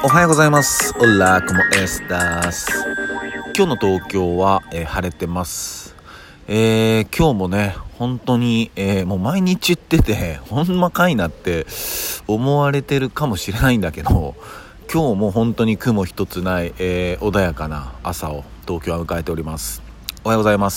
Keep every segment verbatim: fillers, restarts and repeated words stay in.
おはようございます。オラコモエスタス。今日の東京は、えー、晴れてます。えー、今日もね本当に、えー、もう毎日言っててほんまかいなって思われてるかもしれないんだけど、今日も本当に雲一つない、えー、穏やかな朝を東京は迎えております。おはようございます。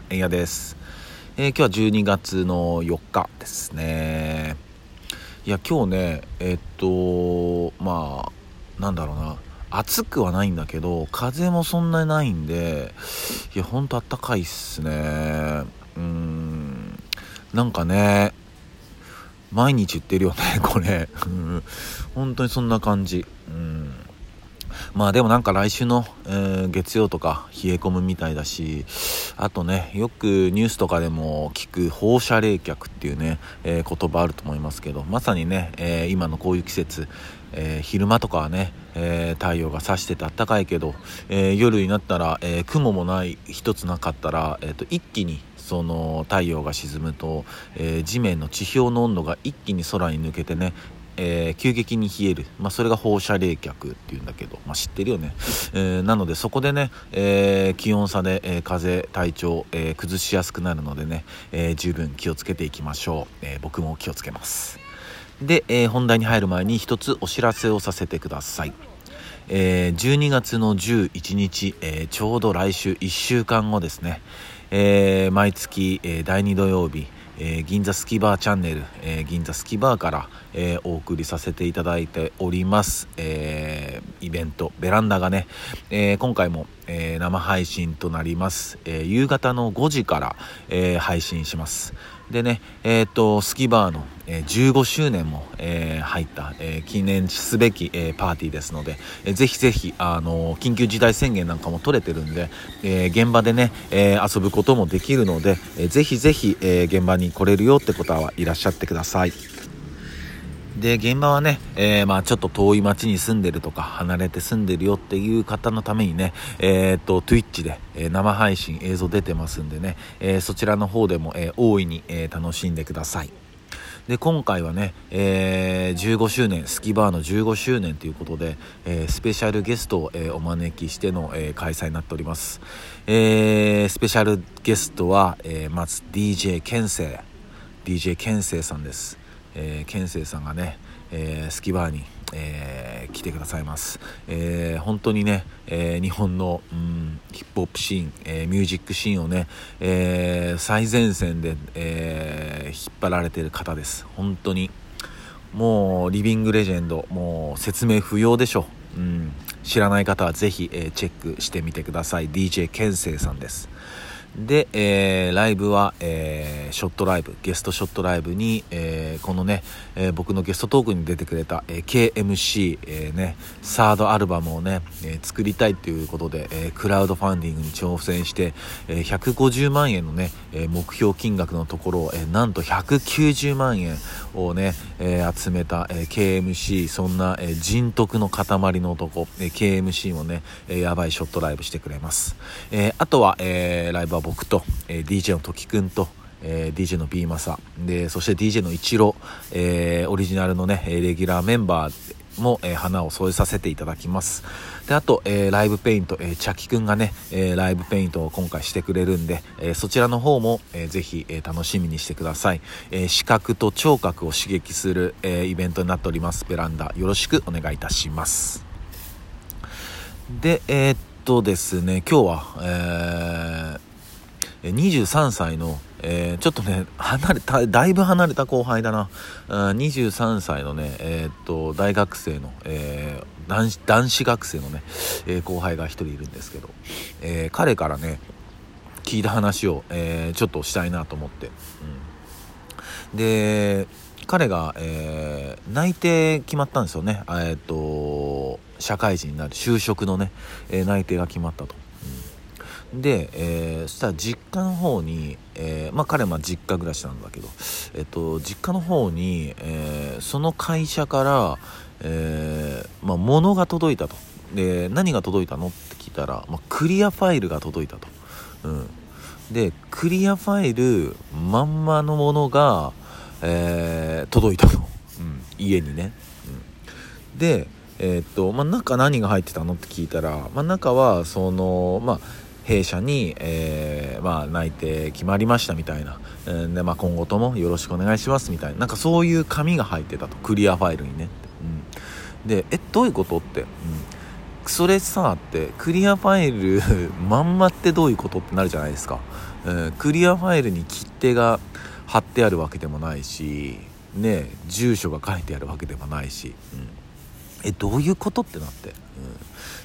えんやです。えー、今日はじゅうにがつのよっかですね。いや今日ねえー、っとまあなんだろうな、暑くはないんだけど風もそんなにないんで、いやほんとあったかいっすね。うーんなんかね毎日言ってるよねこれ本当にそんな感じ。うんまあでもなんか来週の、えー、月曜とか冷え込むみたいだし、あとねよくニュースとかでも聞く放射冷却っていうね、えー、言葉あると思いますけど、まさにね、えー、今のこういう季節、えー、昼間とかはね、えー、太陽が差しててあったかいけど、えー、夜になったら、えー、雲もない一つなかったら、えー、と一気にその太陽が沈むと、えー、地面の地表の温度が一気に空に抜けてね、えー、急激に冷える、まあ、それが放射冷却っていうんだけど、まあ、知ってるよね、えー、なのでそこでね、えー、気温差で、えー、風邪体調、えー、崩しやすくなるのでね、えー、十分気をつけていきましょう。えー、僕も気をつけます。で、えー、本題に入る前に一つお知らせをさせてください。えー、じゅうにがつのじゅういちにち、えー、ちょうど来週いっしゅうかんごですね、えー、毎月、えー、だいに土曜日、えー、銀座スキバーチャンネル、えー、銀座スキバーから、えー、お送りさせていただいております、えー、イベントベランダがね、えー、今回も、えー、生配信となります。えー、夕方のごじから、えー、配信します。でね、えー、とスキバーの、えー、じゅうごしゅうねんも、えー、入った、えー、記念すべき、えー、パーティーですので、えー、ぜひぜひ、あのー、緊急事態宣言なんかも取れてるんで、えー、現場でね、えー、遊ぶこともできるので、えー、ぜひぜひ、えー、現場に来れるよって方はいらっしゃってください。で現場はね、えー、まあちょっと遠い町に住んでるとか離れて住んでるよっていう方のためにね、えー、っと Twitch で、えー、生配信映像出てますんでね、えー、そちらの方でも、えー、大いに、えー、楽しんでください。で今回はね、えー、じゅうごしゅうねんスキバーのじゅうごしゅうねんということで、えー、スペシャルゲストを、えー、お招きしての、えー、開催になっております。えー、スペシャルゲストは、えー、まず ディージェー ケンセイ ディージェー ケンセイさんです。えー、ケンセイさんがね、えー、スキバーに、えー、来てくださいます。えー、本当にね、えー、日本の、うん、ヒップホップシーン、えー、ミュージックシーンをね、えー、最前線で、えー、引っ張られている方です。本当にもうリビングレジェンド、もう説明不要でしょ。うん、知らない方はぜひ、えー、チェックしてみてください。 ディージェー ケンセイさんです。で、えー、ライブは、えー、ショットライブゲストショットライブに、えー、このね、えー、僕のゲストトークに出てくれた、えー、ケーエムシー、えーね、サードアルバムをね、えー、作りたいということで、えー、クラウドファンディングに挑戦して、えー、ひゃくごじゅうまんえんのね、えー、目標金額のところを、えー、なんとひゃくきゅうじゅうまんえんをね、えー、集めた、えー、ケーエムシー、そんな、えー、人徳の塊の男、えー、ケーエムシー もね、えー、やばいショットライブしてくれます。えー、あとは、えー、ライブは僕と、えー、ディージェー の時くんと、えー、ディージェー の B マサで、そして ディージェー のイチロー、えー、オリジナルのねレギュラーメンバーも、えー、花を添えさせていただきます。であと、えー、ライブペイント、えー、チャキくんがね、えー、ライブペイントを今回してくれるんで、えー、そちらの方も、えー、ぜひ、えー、楽しみにしてください。えー、視覚と聴覚を刺激する、えー、イベントになっております。ベランダよろしくお願いいたします。でえー、っとですね今日は、えーにじゅうさんさいの、えー、ちょっとね離れただいぶ離れた後輩だな。にじゅうさんさいのね、えー、っと大学生の、えー、男子、男子学生のね、えー、後輩が一人いるんですけど、えー、彼からね聞いた話を、えー、ちょっとしたいなと思って、うん、で彼が、えー、内定決まったんですよね。えー、っと社会人になる就職のね、えー、内定が決まったと。で、えー、そしたら実家の方に、えー、まあ彼は実家暮らしなんだけど、えっと、実家の方に、えー、その会社から、えーまあ、物が届いたと。で何が届いたのって聞いたら、まあ、クリアファイルが届いたと。うん、でクリアファイルまんまのものが、えー、届いたと、うん、家にね、うん、でえー、っとまあ中何が入ってたのって聞いたら、まあ、中はそのまあ弊社に、えー、まあ内定決まりましたみたいな、えーでまあ、今後ともよろしくお願いしますみたいな、なんかそういう紙が入ってたと、クリアファイルにねって、うん、でえどういうことって、うん、それさってクリアファイルまんまってどういうことってなるじゃないですか、うん、クリアファイルに切手が貼ってあるわけでもないしね、住所が書いてあるわけでもないし、うん、えどういうことってなって、うん、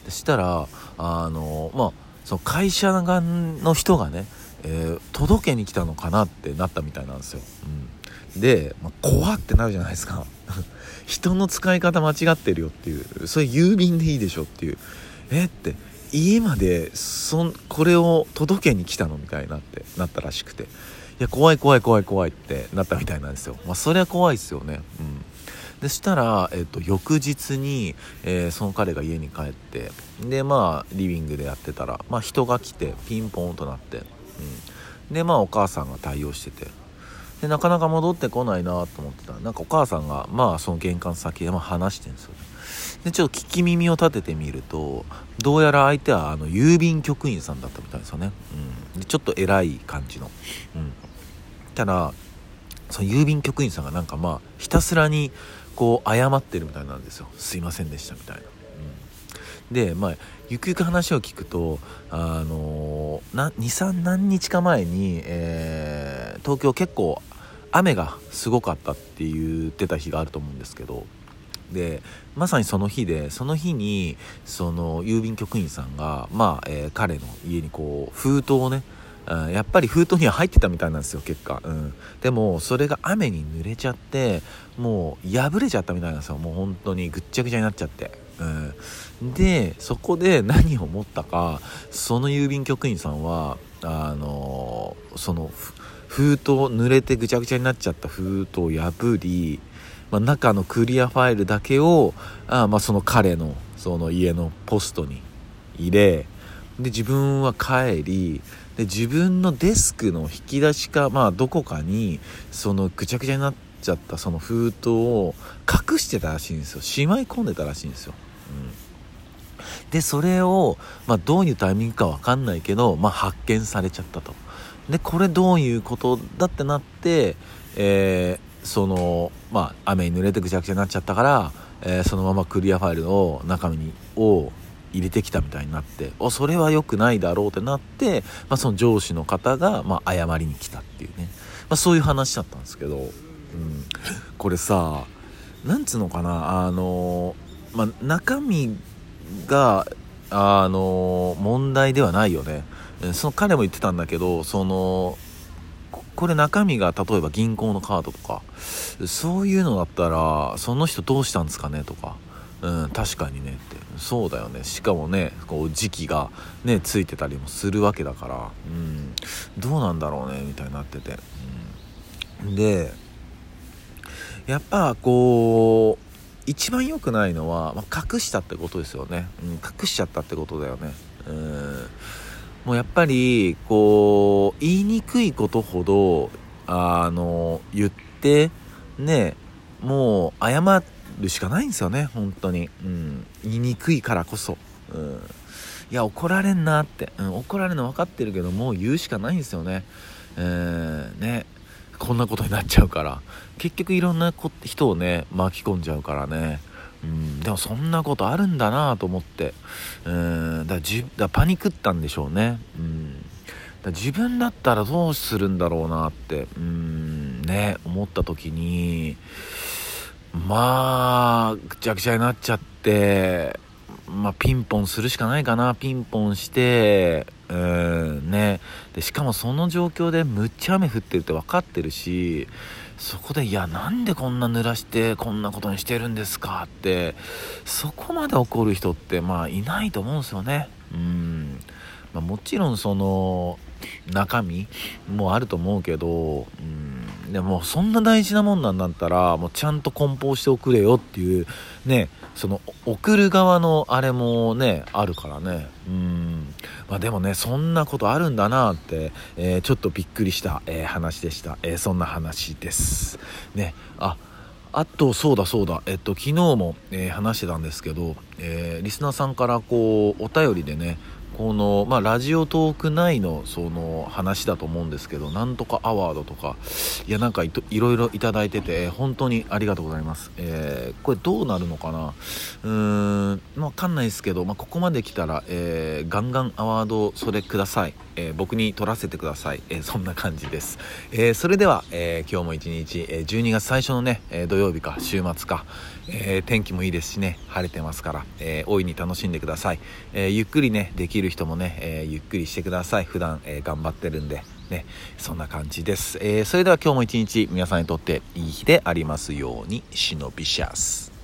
でしたらあのまあその会社側の人がね、えー、届けに来たのかなってなったみたいなんですよ、うん、で、まあ、怖ってなるじゃないですか人の使い方間違ってるよっていう、それ郵便でいいでしょっていう、えって家までそんこれを届けに来たのみたいなってなったらしくて、いや怖い怖い怖い怖いってなったみたいなんですよ。まあそれは怖いですよね。うんでしたら、えっと、翌日に、えー、その彼が家に帰ってでまあリビングでやってたら、まあ、人が来てピンポンとなって、うん、でまあお母さんが対応してて、でなかなか戻ってこないなと思ってたら、なんかお母さんがまあその玄関先でまあ話してるんですよね。でちょっと聞き耳を立ててみると、どうやら相手はあの郵便局員さんだったみたいですよね、うん、でちょっと偉い感じの、うん、ただその郵便局員さんがなんかまあひたすらにこう謝ってるみたいなんですよ。すいませんでしたみたいな、うん、でまあゆくゆく話を聞くとあのー、なにさん何日か前に、えー、東京結構雨がすごかったって言ってた日があると思うんですけど、でまさにその日でその日にその郵便局員さんがまあ、えー、彼の家にこう封筒をね、うん、やっぱり封筒には入ってたみたいなんですよ結果、うん、でもそれが雨に濡れちゃってもう破れちゃったみたいなんですよ。もう本当にぐっちゃぐちゃになっちゃって、うん、でそこで何を思ったか、その郵便局員さんはあのー、その封筒濡れてぐちゃぐちゃになっちゃった封筒を破り、まあ、中のクリアファイルだけをあ、まあ、その彼のその家のポストに入れ、で自分は帰りで自分のデスクの引き出しか、まあ、どこかにそのぐちゃぐちゃになっちゃったその封筒を隠してたらしいんですよ。しまい込んでたらしいんですよ、うん、でそれを、まあ、どういうタイミングか分かんないけど、まあ、発見されちゃったと。でこれどういうことだってなって、えー、そのまあ雨に濡れてぐちゃぐちゃになっちゃったから、えー、そのままクリアファイルを中身にを入れてきたみたいになって、おそれは良くないだろうってなって、まあ、その上司の方が、まあ、謝りに来たっていうね、まあ、そういう話だったんですけど、うん、これさなんつうのかな、あのー、まあ、中身があのー、問題ではないよね。その彼も言ってたんだけど、そのこれ中身が例えば銀行のカードとかそういうのだったらその人どうしたんですかねとか、うん、確かにねって、そうだよね、しかもねこう時期がねついてたりもするわけだから、うん、どうなんだろうねみたいになってて、うん、でやっぱこう一番良くないのは、まあ、隠したってことですよね、うん、隠しちゃったってことだよね。うんもうやっぱりこう言いにくいことほどあの言ってね、もう謝るしかないんですよね本当に、うん、言いにくいからこそ、うん、いや怒られんなって、うん、怒られるの分かってるけどもう言うしかないんですよね、えー、ねこんなことになっちゃうから結局いろんな人をね巻き込んじゃうからね。うん、でもそんなことあるんだなと思って、うん、だからじだからパニクったんでしょうね、うん、だから自分だったらどうするんだろうなって、うんね、思った時にまあぐちゃぐちゃになっちゃって、まあ、ピンポンするしかないかな。ピンポンしてうんねでしかもその状況でむっちゃ雨降ってるって分かってるし、そこでいやなんでこんな濡らしてこんなことにしてるんですかってそこまで怒る人ってまあいないと思うんですよね。うん、まあ、もちろんその中身もあると思うけど、うん、でもそんな大事なもんなんだったらもうちゃんと梱包しておくれよっていうね、その送る側のあれもねあるからね。うん、まあ、でもねそんなことあるんだなって、えー、ちょっとびっくりした、えー、話でした、えー、そんな話ですね。ああとそうだそうだえっと昨日も、えー話してたんですけど、えーリスナーさんからこうお便りでね、この、まあ、ラジオトーク内のその話だと思うんですけど、なんとかアワードとか、いやなんかいといろいろいただいてて本当にありがとうございます。えーこれどうなるのかな、うーん、まあ、わかんないですけど、まあ、ここまで来たら、えーガンガンアワードそれください、えー僕に取らせてください、えーそんな感じです。えーそれでは、えー今日も一日、えーじゅうにがつ最初のね、えー土曜日か週末か、えー天気もいいですしね、晴れてますから、えー大いに楽しんでください。えーゆっくりねできる人もね、えーゆっくりしてください。普段、えー頑張ってるんでね、そんな感じです。えーそれでは今日も一日皆さんにとっていい日でありますように。シノビシャス。